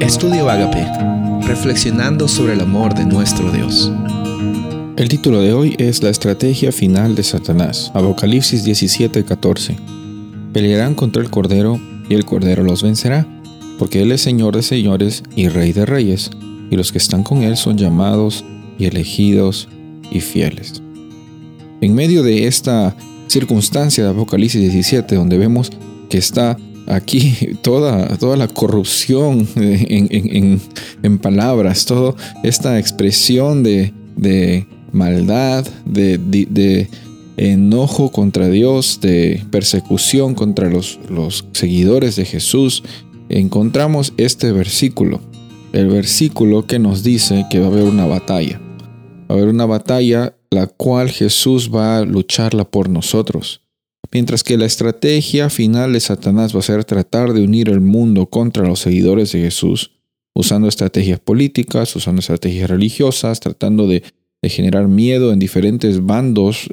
Estudio Ágape, reflexionando sobre el amor de nuestro Dios. El título de hoy es La estrategia final de Satanás. Apocalipsis 17:14. Pelearán contra el Cordero y el Cordero los vencerá, porque Él es Señor de señores y Rey de reyes, y los que están con Él son llamados y elegidos y fieles. En medio de esta circunstancia de Apocalipsis 17, donde vemos que está aquí toda la corrupción en palabras, toda esta expresión de maldad, de enojo contra Dios, de persecución contra los seguidores de Jesús, encontramos este versículo, el versículo que nos dice que va a haber una batalla. Va a haber una batalla la cual Jesús va a lucharla por nosotros. Mientras que la estrategia final de Satanás va a ser tratar de unir el mundo contra los seguidores de Jesús, usando estrategias políticas, usando estrategias religiosas, tratando de generar miedo en diferentes bandos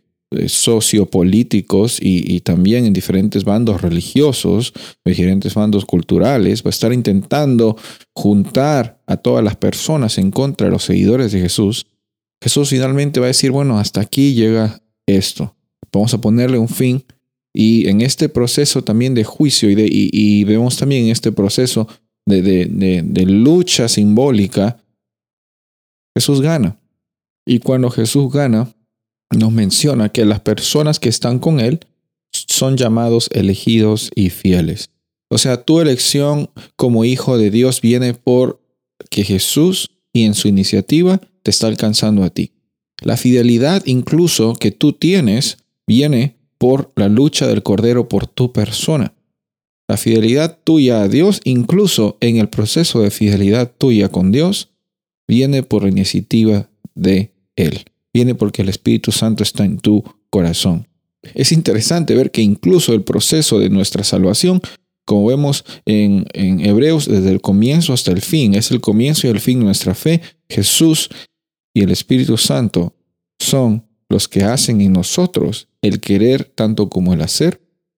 sociopolíticos y también en diferentes bandos religiosos, diferentes bandos culturales. Va a estar intentando juntar a todas las personas en contra de los seguidores de Jesús. Jesús finalmente va a decir, bueno, hasta aquí llega esto. Vamos a ponerle un fin, y en este proceso también de juicio y vemos también en este proceso de lucha simbólica, Jesús gana. Y cuando Jesús gana, nos menciona que las personas que están con Él son llamados elegidos y fieles. O sea, tu elección como hijo de Dios viene por que Jesús y en su iniciativa te está alcanzando a ti. La fidelidad incluso que tú tienes viene por la lucha del Cordero por tu persona. La fidelidad tuya a Dios, incluso en el proceso de fidelidad tuya con Dios, viene por la iniciativa de Él. Viene porque el Espíritu Santo está en tu corazón. Es interesante ver que incluso el proceso de nuestra salvación, como vemos en Hebreos, desde el comienzo hasta el fin, es el comienzo y el fin de nuestra fe. Jesús y el Espíritu Santo son los que hacen en nosotros el querer tanto como el hacer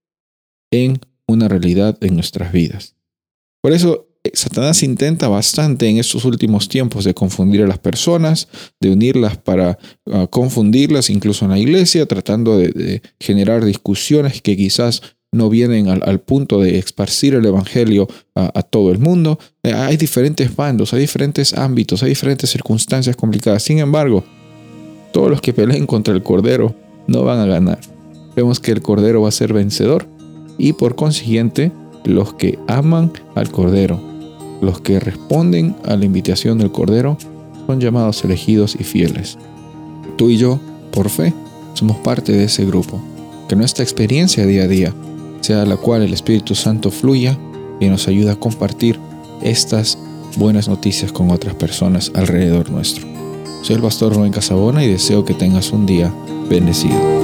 en una realidad en nuestras vidas. Por eso Satanás intenta bastante en estos últimos tiempos de confundir a las personas, de unirlas para confundirlas incluso en la iglesia, tratando de generar discusiones que quizás no vienen al punto de esparcir el evangelio a todo el mundo. Hay diferentes bandos, hay diferentes ámbitos, hay diferentes circunstancias complicadas. Sin embargo, todos los que peleen contra el Cordero no van a ganar. Vemos que el Cordero va a ser vencedor, y por consiguiente, los que aman al Cordero, los que responden a la invitación del Cordero, son llamados elegidos y fieles. Tú y yo, por fe, somos parte de ese grupo. Que nuestra experiencia día a día sea la cual el Espíritu Santo fluya y nos ayuda a compartir estas buenas noticias con otras personas alrededor nuestro. Soy el pastor Rubén Casabona y deseo que tengas un día bendecido.